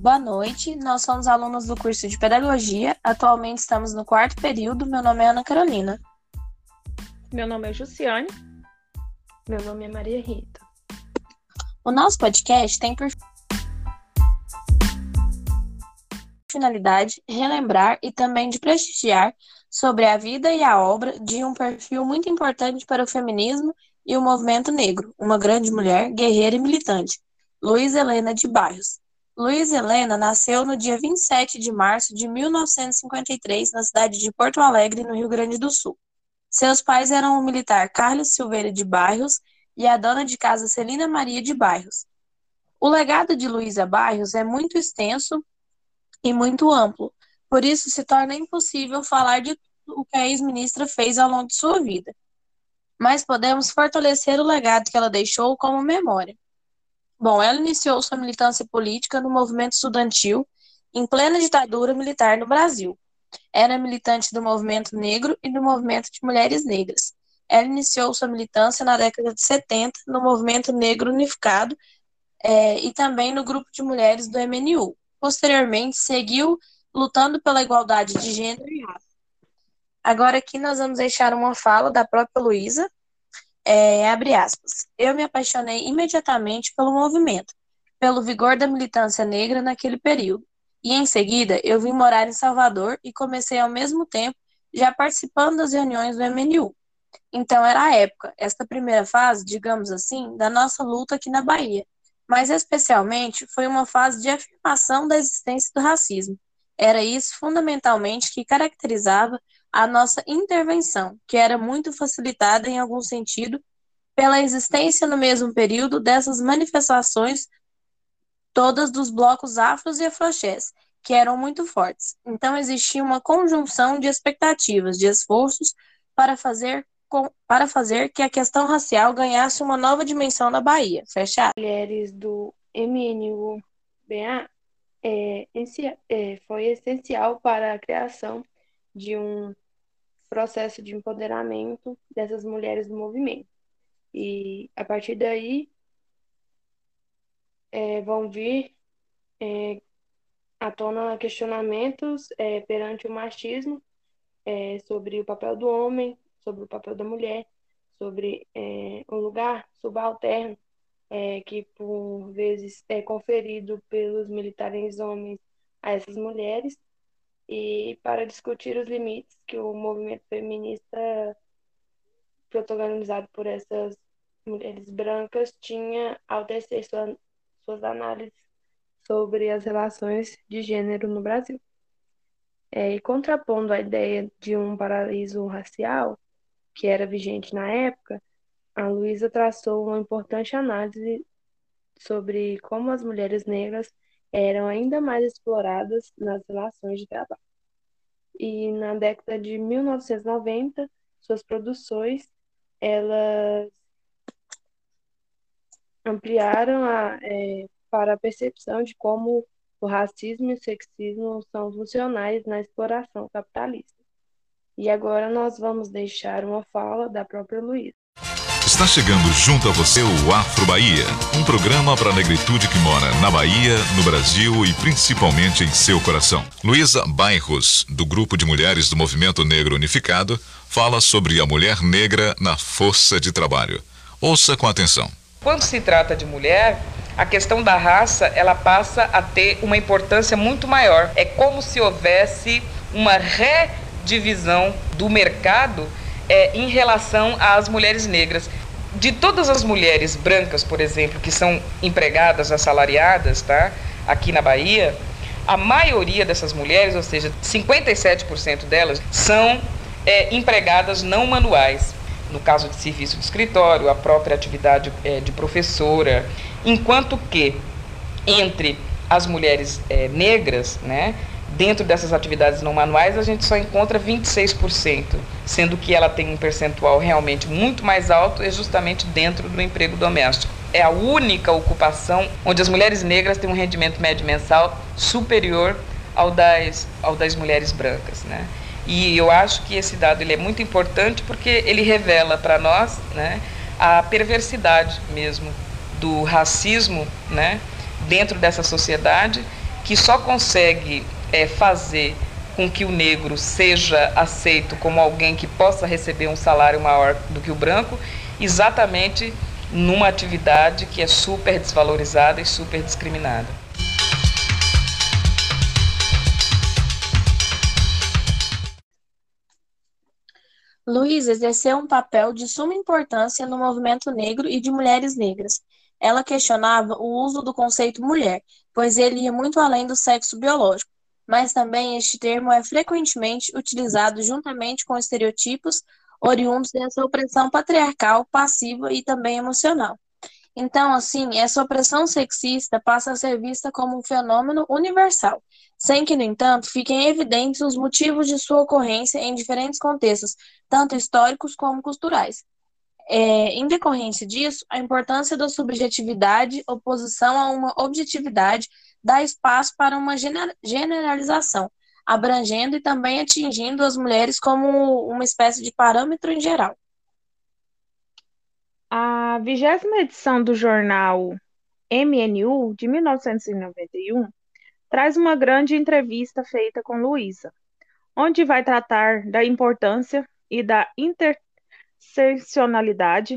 Boa noite, nós somos alunos do curso de Pedagogia, atualmente estamos no quarto período, meu nome é Ana Carolina. Meu nome é Jussiane. Meu nome é Maria Rita. O nosso podcast tem por finalidade relembrar e também de prestigiar sobre a vida e a obra de um perfil muito importante para o feminismo e o movimento negro, uma grande mulher, guerreira e militante, Luísa Helena de Barros. Luísa Helena nasceu no dia 27 de março de 1953, na cidade de Porto Alegre, no Rio Grande do Sul. Seus pais eram o militar Carlos Silveira de Barros e a dona de casa Celina Maria de Barros. O legado de Luísa Barros é muito extenso e muito amplo, por isso se torna impossível falar de tudo o que a ex-ministra fez ao longo de sua vida. Mas podemos fortalecer o legado que ela deixou como memória. Bom, ela iniciou sua militância política no movimento estudantil em plena ditadura militar no Brasil. Era militante do movimento negro e do movimento de mulheres negras. Ela iniciou sua militância na década de 70 no movimento negro unificado e também no grupo de mulheres do MNU. Posteriormente, seguiu lutando pela igualdade de gênero e raça. Agora aqui nós vamos deixar uma fala da própria Luísa. Abre aspas. Eu me apaixonei imediatamente pelo movimento, pelo vigor da militância negra naquele período. E em seguida eu vim morar em Salvador e comecei ao mesmo tempo já participando das reuniões do MNU. Então era a época, esta primeira fase, digamos assim, da nossa luta aqui na Bahia. Mas especialmente foi uma fase de afirmação da existência do racismo. Era isso fundamentalmente que caracterizava a nossa intervenção, que era muito facilitada em algum sentido pela existência no mesmo período dessas manifestações todas dos blocos afros e afrochés, que eram muito fortes. Então existia uma conjunção de expectativas, de esforços para fazer que a questão racial ganhasse uma nova dimensão na Bahia. Fecha. Mulheres do MNU-BA foi essencial para a criação de um processo de empoderamento dessas mulheres do movimento. E a partir daí vão vir à tona questionamentos perante o machismo, sobre o papel do homem, sobre o papel da mulher, sobre o lugar subalterno que por vezes é conferido pelos militares homens a essas mulheres, e para discutir os limites que o movimento feminista protagonizado por essas mulheres brancas tinha ao tecer suas análises sobre as relações de gênero no Brasil. E contrapondo a ideia de um paraíso racial, que era vigente na época, a Luísa traçou uma importante análise sobre como as mulheres negras eram ainda mais exploradas nas relações de trabalho. E na década de 1990, suas produções elas ampliaram para a percepção de como o racismo e o sexismo são funcionais na exploração capitalista. E agora nós vamos deixar uma fala da própria Luísa. Está chegando junto a você o Afro Bahia, um programa para a negritude que mora na Bahia, no Brasil e principalmente em seu coração. Luísa Barros, do Grupo de Mulheres do Movimento Negro Unificado, fala sobre a mulher negra na força de trabalho. Ouça com atenção. Quando se trata de mulher, a questão da raça, ela passa a ter uma importância muito maior. É como se houvesse uma redivisão do mercado em relação às mulheres negras. De todas as mulheres brancas, por exemplo, que são empregadas, assalariadas, tá? Aqui na Bahia, a maioria dessas mulheres, ou seja, 57% delas, são empregadas não manuais. No caso de serviço de escritório, a própria atividade de professora, enquanto que entre as mulheres negras, né, dentro dessas atividades não manuais, a gente só encontra 26%, sendo que ela tem um percentual realmente muito mais alto, justamente dentro do emprego doméstico. É a única ocupação onde as mulheres negras têm um rendimento médio mensal superior ao das mulheres brancas, né? E eu acho que esse dado ele é muito importante porque ele revela para nós, né, a perversidade mesmo do racismo, né, dentro dessa sociedade que só consegue fazer com que o negro seja aceito como alguém que possa receber um salário maior do que o branco, exatamente numa atividade que é super desvalorizada e super discriminada. Luísa exerceu um papel de suma importância no movimento negro e de mulheres negras. Ela questionava o uso do conceito mulher, pois ele ia muito além do sexo biológico, mas também este termo é frequentemente utilizado juntamente com estereotipos oriundos dessa opressão patriarcal, passiva e também emocional. Então, assim, essa opressão sexista passa a ser vista como um fenômeno universal, sem que, no entanto, fiquem evidentes os motivos de sua ocorrência em diferentes contextos, tanto históricos como culturais. Em decorrência disso, a importância da subjetividade, oposição a uma objetividade, dá espaço para uma generalização, abrangendo e também atingindo as mulheres como uma espécie de parâmetro em geral. A 20ª edição do jornal MNU, de 1991, traz uma grande entrevista feita com Luísa, onde vai tratar da importância e da interseccionalidade,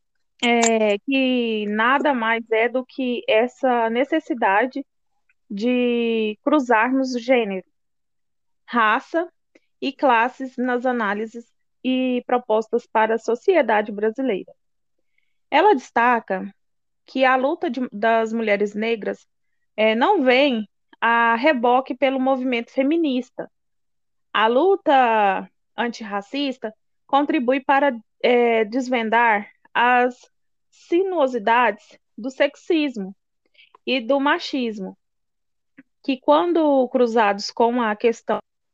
que nada mais é do que essa necessidade de cruzarmos gênero, raça e classes nas análises e propostas para a sociedade brasileira. Ela destaca que a luta das mulheres negras não vem a reboque pelo movimento feminista. A luta antirracista contribui para desvendar as sinuosidades do sexismo e do machismo, que quando cruzados com a questão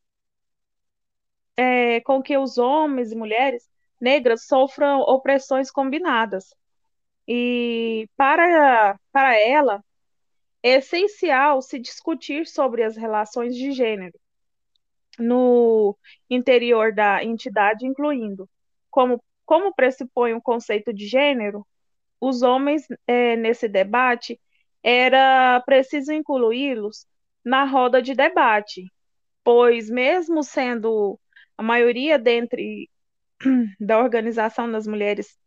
com que os homens e mulheres negras sofram opressões combinadas. E para ela, é essencial se discutir sobre as relações de gênero no interior da entidade, incluindo, como pressupõe o conceito de gênero, os homens nesse debate, era preciso incluí-los na roda de debate, pois mesmo sendo a maioria dentre da organização das mulheres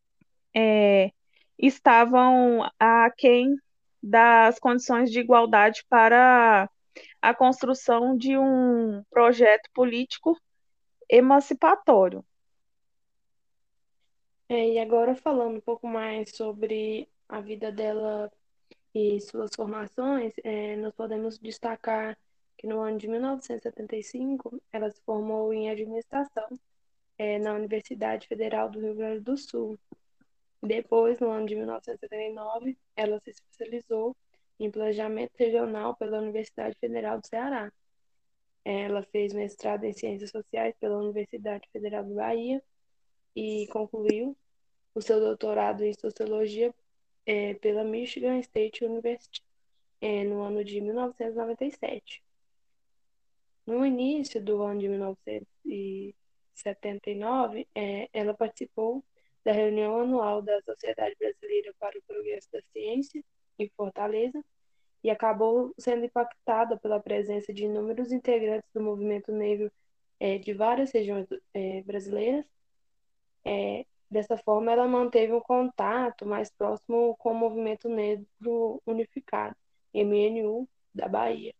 estavam aquém das condições de igualdade para a construção de um projeto político emancipatório. E agora falando um pouco mais sobre a vida dela e suas formações, nós podemos destacar que no ano de 1975 ela se formou em administração na Universidade Federal do Rio Grande do Sul. Depois, no ano de 1979, ela se especializou em planejamento regional pela Universidade Federal do Ceará. Ela fez mestrado em Ciências Sociais pela Universidade Federal do Bahia e concluiu o seu doutorado em Sociologia pela Michigan State University no ano de 1997. No início do ano de 1979, ela participou da reunião anual da Sociedade Brasileira para o Progresso da Ciência, em Fortaleza, e acabou sendo impactada pela presença de inúmeros integrantes do movimento negro de várias regiões brasileiras. Dessa forma, ela manteve um contato mais próximo com o Movimento Negro Unificado, MNU, da Bahia.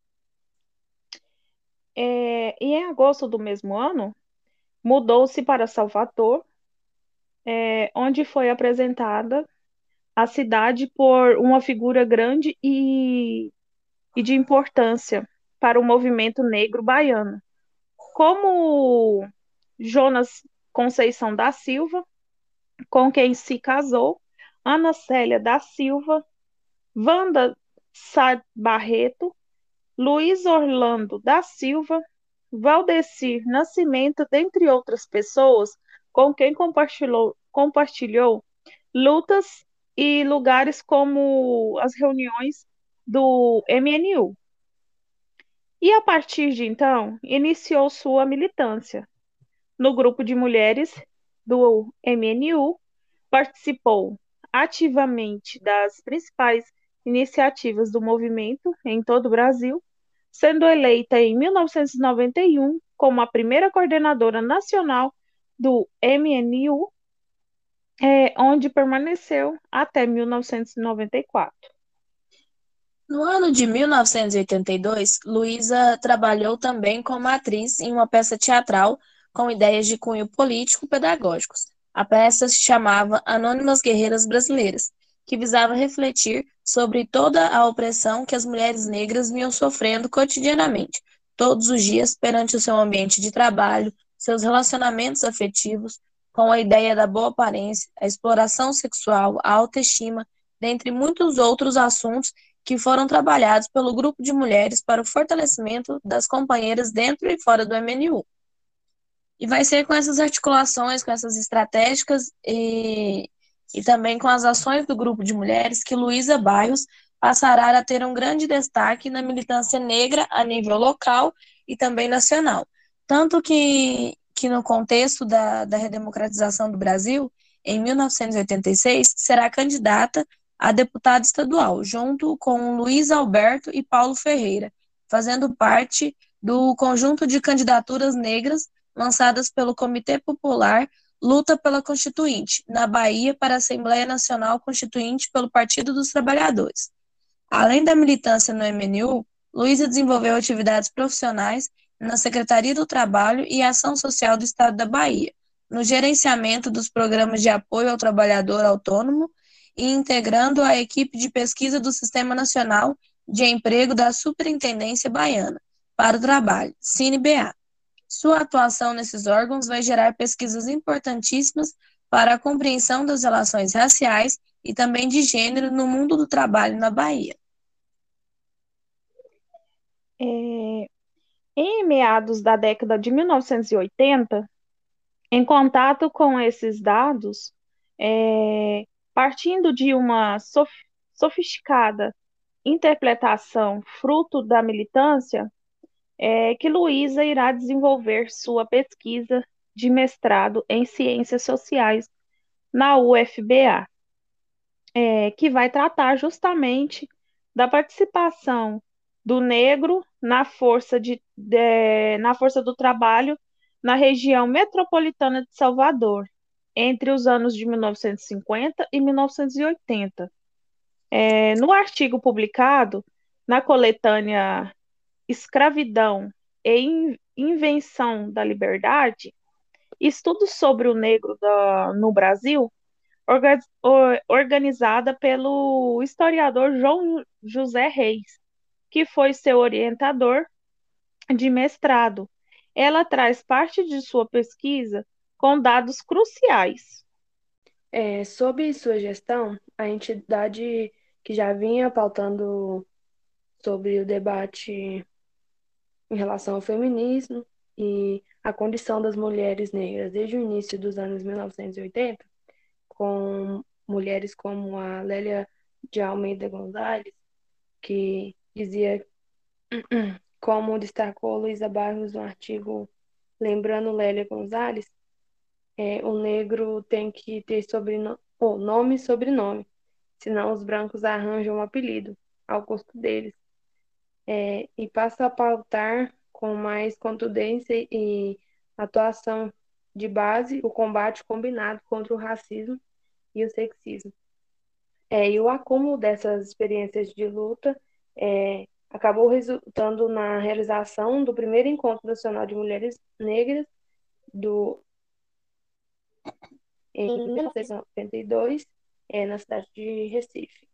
E em agosto do mesmo ano, mudou-se para Salvador, onde foi apresentada a cidade por uma figura grande e de importância para o movimento negro baiano, como Jonas Conceição da Silva, com quem se casou, Ana Célia da Silva, Wanda Sá Barreto, Luiz Orlando da Silva, Valdecir Nascimento, dentre outras pessoas com quem compartilhou lutas e lugares como as reuniões do MNU. E a partir de então, iniciou sua militância. No grupo de mulheres do MNU, participou ativamente das principais iniciativas do movimento em todo o Brasil, sendo eleita em 1991 como a primeira coordenadora nacional do MNU, onde permaneceu até 1994. No ano de 1982, Luísa trabalhou também como atriz em uma peça teatral com ideias de cunho político-pedagógicos. A peça se chamava Anônimas Guerreiras Brasileiras, que visava refletir sobre toda a opressão que as mulheres negras vinham sofrendo cotidianamente, todos os dias, perante o seu ambiente de trabalho, seus relacionamentos afetivos, com a ideia da boa aparência, a exploração sexual, a autoestima, dentre muitos outros assuntos que foram trabalhados pelo grupo de mulheres para o fortalecimento das companheiras dentro e fora do MNU. E vai ser com essas articulações, com essas estratégicas e também com as ações do grupo de mulheres que Luísa Bairros passará a ter um grande destaque na militância negra a nível local e também nacional. Tanto que no contexto da redemocratização do Brasil, em 1986, será candidata a deputada estadual, junto com Luiz Alberto e Paulo Ferreira, fazendo parte do conjunto de candidaturas negras lançadas pelo Comitê Popular Luta pela Constituinte, na Bahia para a Assembleia Nacional Constituinte pelo Partido dos Trabalhadores. Além da militância no MNU, Luísa desenvolveu atividades profissionais na Secretaria do Trabalho e Ação Social do Estado da Bahia, no gerenciamento dos programas de apoio ao trabalhador autônomo e integrando a equipe de pesquisa do Sistema Nacional de Emprego da Superintendência Baiana para o Trabalho, SINBA. Sua atuação nesses órgãos vai gerar pesquisas importantíssimas para a compreensão das relações raciais e também de gênero no mundo do trabalho na Bahia. Em meados da década de 1980, em contato com esses dados, partindo de uma sofisticada interpretação fruto da militância, que Luísa irá desenvolver sua pesquisa de mestrado em Ciências Sociais na UFBA, que vai tratar justamente da participação do negro na força do trabalho na região metropolitana de Salvador, entre os anos de 1950 e 1980. No artigo publicado na coletânea Escravidão e Invenção da Liberdade, estudos sobre o negro no Brasil, organizada pelo historiador João José Reis, que foi seu orientador de mestrado. Ela traz parte de sua pesquisa com dados cruciais. Sob sua gestão, a entidade que já vinha pautando sobre o debate em relação ao feminismo e a condição das mulheres negras desde o início dos anos 1980, com mulheres como a Lélia de Almeida Gonzalez, que dizia, como destacou Luísa Bairros no artigo Lembrando Lélia Gonzalez, o negro tem que ter nome e sobrenome, senão os brancos arranjam um apelido ao custo deles. E passa a pautar com mais contundência e atuação de base o combate combinado contra o racismo e o sexismo. E o acúmulo dessas experiências de luta acabou resultando na realização do primeiro Encontro Nacional de Mulheres Negras em 1992, na cidade de Recife.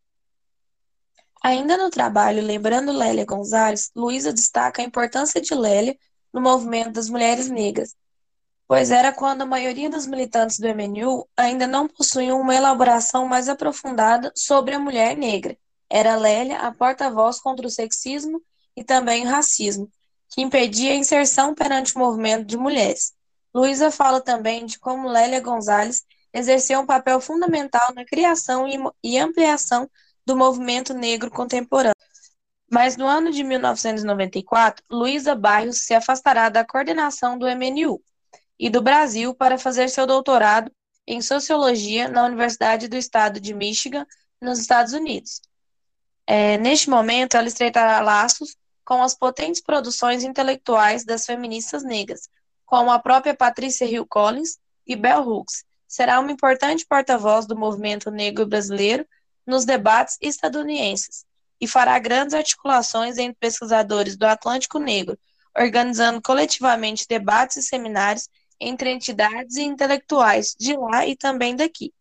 Ainda no trabalho Lembrando Lélia Gonzalez, Luísa destaca a importância de Lélia no movimento das mulheres negras, pois era quando a maioria dos militantes do MNU ainda não possuíam uma elaboração mais aprofundada sobre a mulher negra. Era Lélia a porta-voz contra o sexismo e também o racismo, que impedia a inserção perante o movimento de mulheres. Luísa fala também de como Lélia Gonzalez exerceu um papel fundamental na criação e ampliação do movimento negro contemporâneo. Mas no ano de 1994, Luísa Bairros se afastará da coordenação do MNU e do Brasil para fazer seu doutorado em Sociologia na Universidade do Estado de Michigan, nos Estados Unidos. Neste momento, ela estreitará laços com as potentes produções intelectuais das feministas negras, como a própria Patrícia Hill Collins e Bell Hooks. Será uma importante porta-voz do movimento negro brasileiro nos debates estadunidenses e fará grandes articulações entre pesquisadores do Atlântico Negro, organizando coletivamente debates e seminários entre entidades e intelectuais de lá e também daqui.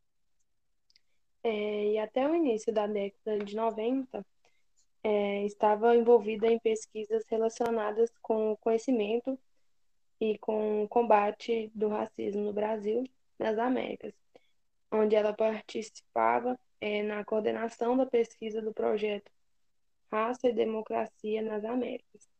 E até o início da década de 90, estava envolvida em pesquisas relacionadas com o conhecimento e com o combate do racismo no Brasil e nas Américas, onde ela participava na coordenação da pesquisa do projeto Raça e Democracia nas Américas,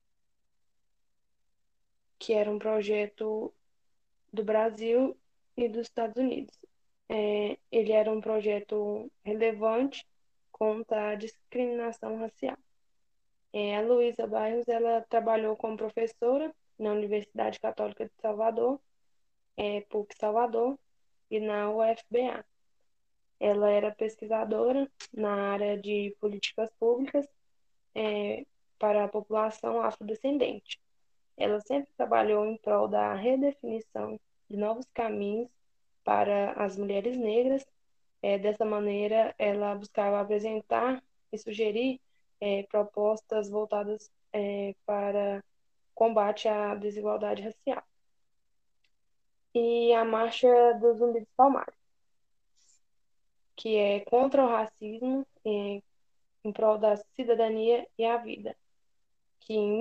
que era um projeto do Brasil e dos Estados Unidos. Ele era um projeto relevante contra a discriminação racial. A Luísa Bairros, ela trabalhou como professora na Universidade Católica de Salvador, PUC Salvador, e na UFBA. Ela era pesquisadora na área de políticas públicas para a população afrodescendente. Ela sempre trabalhou em prol da redefinição de novos caminhos para as mulheres negras. Dessa maneira, ela buscava apresentar e sugerir propostas voltadas para combate à desigualdade racial. E a Marcha dos Zumbi dos Palmares, que é contra o racismo em prol da cidadania e a vida, que em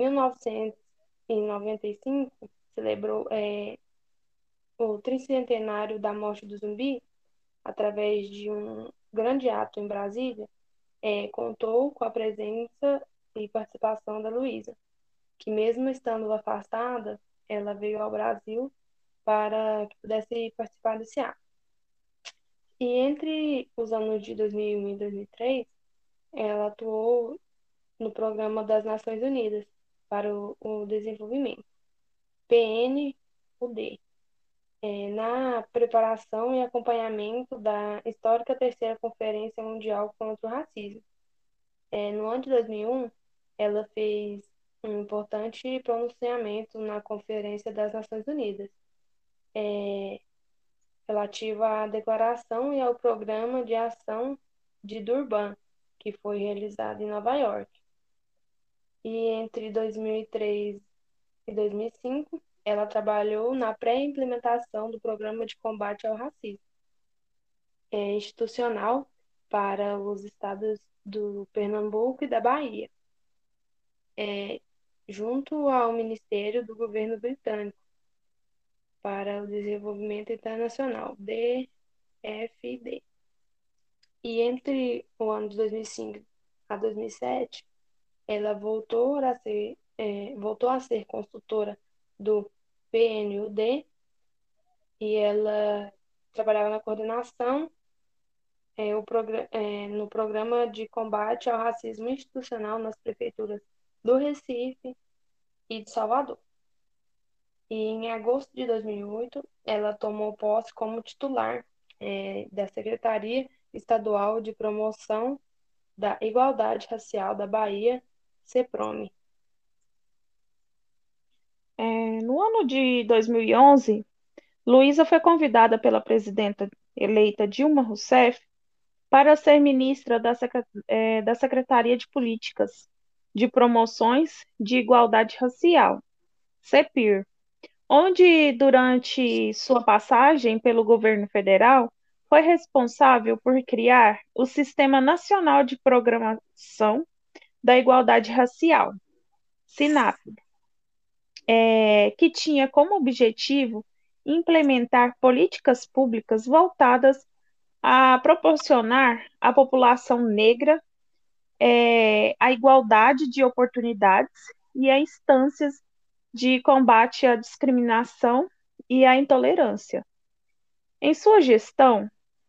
1995 celebrou o tricentenário da morte do Zumbi, através de um grande ato em Brasília, contou com a presença e participação da Luísa, que mesmo estando afastada, ela veio ao Brasil para que pudesse participar desse ato. E entre os anos de 2001 e 2003, ela atuou no Programa das Nações Unidas para o Desenvolvimento, PNUD, na preparação e acompanhamento da histórica terceira Conferência Mundial contra o Racismo. No ano de 2001, ela fez um importante pronunciamento na Conferência das Nações Unidas, relativa à declaração e ao Programa de Ação de Durban, que foi realizado em Nova York. E entre 2003 e 2005, ela trabalhou na pré-implementação do Programa de Combate ao Racismo institucional para os estados do Pernambuco e da Bahia, junto ao Ministério do Governo Britânico para o Desenvolvimento Internacional, DFID. E entre o ano de 2005 a 2007, ela voltou a ser consultora do PNUD, e ela trabalhava na coordenação no programa de combate ao racismo institucional nas prefeituras do Recife e de Salvador. E em agosto de 2008, ela tomou posse como titular da Secretaria Estadual de Promoção da Igualdade Racial da Bahia, CEPROME. No ano de 2011, Luísa foi convidada pela presidenta eleita Dilma Rousseff para ser ministra da Secretaria de Políticas de Promoções de Igualdade Racial, CEPIR, onde, durante sua passagem pelo governo federal, foi responsável por criar o Sistema Nacional de Programação da Igualdade Racial, SINAP, que tinha como objetivo implementar políticas públicas voltadas a proporcionar à população negra a igualdade de oportunidades e a instâncias de combate à discriminação e à intolerância. Em sua gestão,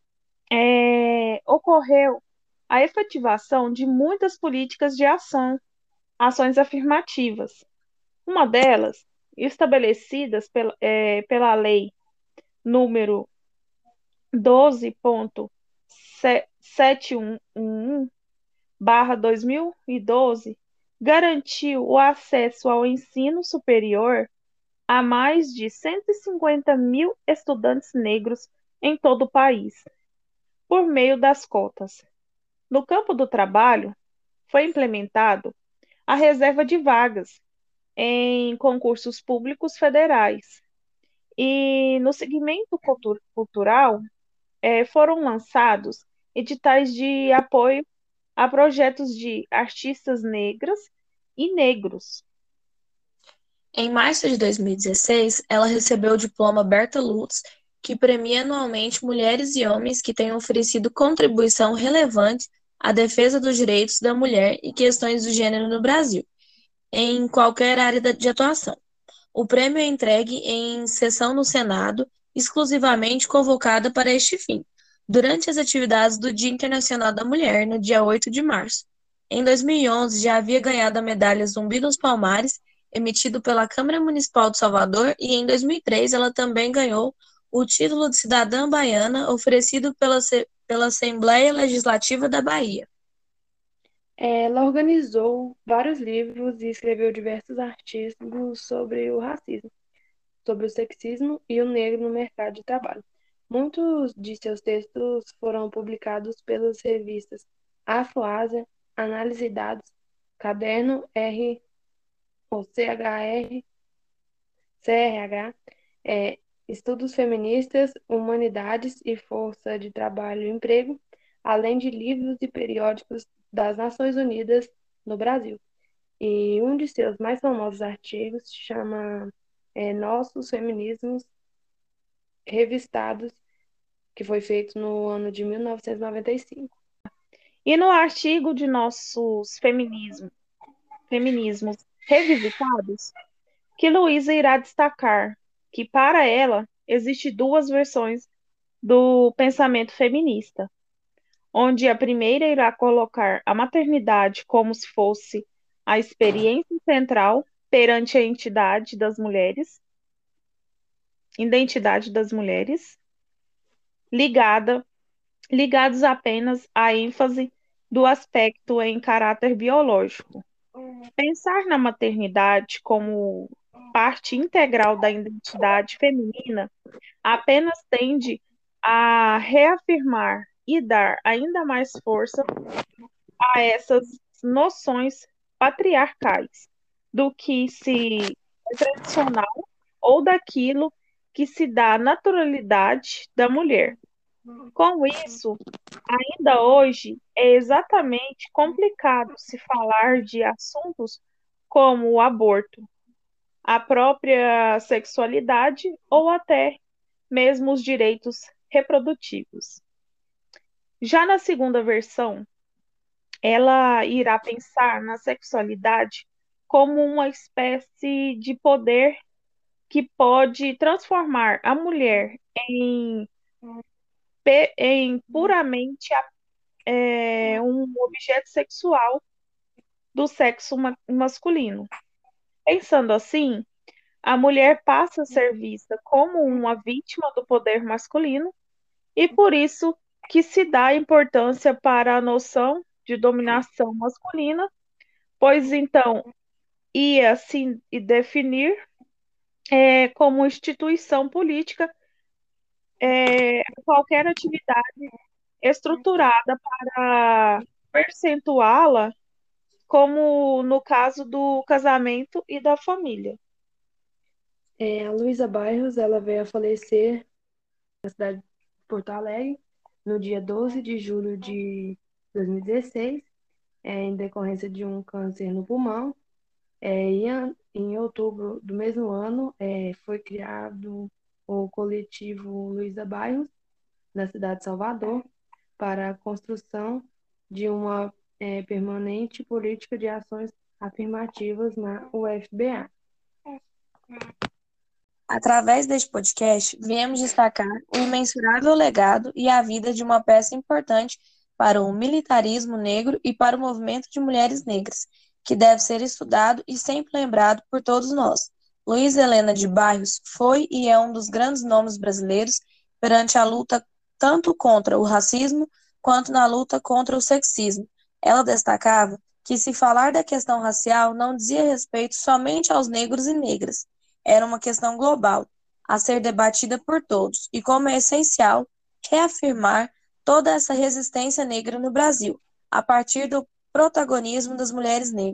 ocorreu a efetivação de muitas políticas de ações afirmativas. Uma delas, estabelecidas pela Lei número 12.711, 2012, garantiu o acesso ao ensino superior a mais de 150 mil estudantes negros em todo o país, por meio das cotas. No campo do trabalho, foi implementado a reserva de vagas em concursos públicos federais. E no segmento cultural, foram lançados editais de apoio a projetos de artistas negras e negros. Em março de 2016, ela recebeu o diploma Berta Lutz, que premia anualmente mulheres e homens que tenham oferecido contribuição relevante à defesa dos direitos da mulher e questões do gênero no Brasil, em qualquer área de atuação. O prêmio é entregue em sessão no Senado, exclusivamente convocada para este fim, durante as atividades do Dia Internacional da Mulher, no dia 8 de março. Em 2011, já havia ganhado a medalha Zumbi dos Palmares, emitido pela Câmara Municipal de Salvador, e em 2003 ela também ganhou o título de cidadã baiana, oferecido pela Assembleia Legislativa da Bahia. Ela organizou vários livros e escreveu diversos artigos sobre o racismo, sobre o sexismo e o negro no mercado de trabalho. Muitos de seus textos foram publicados pelas revistas Afroásia, Análise e Dados, Caderno R ou CRH, Estudos Feministas, Humanidades e Força de Trabalho e Emprego, além de livros e periódicos das Nações Unidas no Brasil. E um de seus mais famosos artigos se chama Nossos Feminismos Revistados, que foi feito no ano de 1995. E no artigo de Nossos Feminismos Revisitados, que Luísa irá destacar que, para ela, existem duas versões do pensamento feminista, onde a primeira irá colocar a maternidade como se fosse a experiência central perante a identidade das mulheres, ligados apenas à ênfase do aspecto em caráter biológico. Pensar na maternidade como parte integral da identidade feminina apenas tende a reafirmar e dar ainda mais força a essas noções patriarcais do que se é tradicional ou daquilo que se dá naturalidade da mulher. Com isso, ainda hoje é exatamente complicado se falar de assuntos como o aborto, a própria sexualidade ou até mesmo os direitos reprodutivos. Já na segunda versão, ela irá pensar na sexualidade como uma espécie de poder que pode transformar a mulher em puramente um objeto sexual do sexo masculino. Pensando assim, a mulher passa a ser vista como uma vítima do poder masculino e por isso que se dá importância para a noção de dominação masculina, pois então ia se definir como instituição política qualquer atividade estruturada para percentuá-la, como no caso do casamento e da família. A Luísa Bairros, ela veio a falecer na cidade de Porto Alegre no dia 12 de julho de 2016, em decorrência de um câncer no pulmão. E em outubro do mesmo ano, foi criado o coletivo Luísa Bairros, na cidade de Salvador, para a construção de uma permanente política de ações afirmativas na UFBA. Através deste podcast, viemos destacar o imensurável legado e a vida de uma peça importante para o militarismo negro e para o movimento de mulheres negras, que deve ser estudado e sempre lembrado por todos nós. Luísa Helena de Barros foi e é um dos grandes nomes brasileiros perante a luta tanto contra o racismo quanto na luta contra o sexismo, Ela destacava que se falar da questão racial não dizia respeito somente aos negros e negras, era uma questão global, a ser debatida por todos, e como é essencial reafirmar toda essa resistência negra no Brasil, a partir do protagonismo das mulheres negras.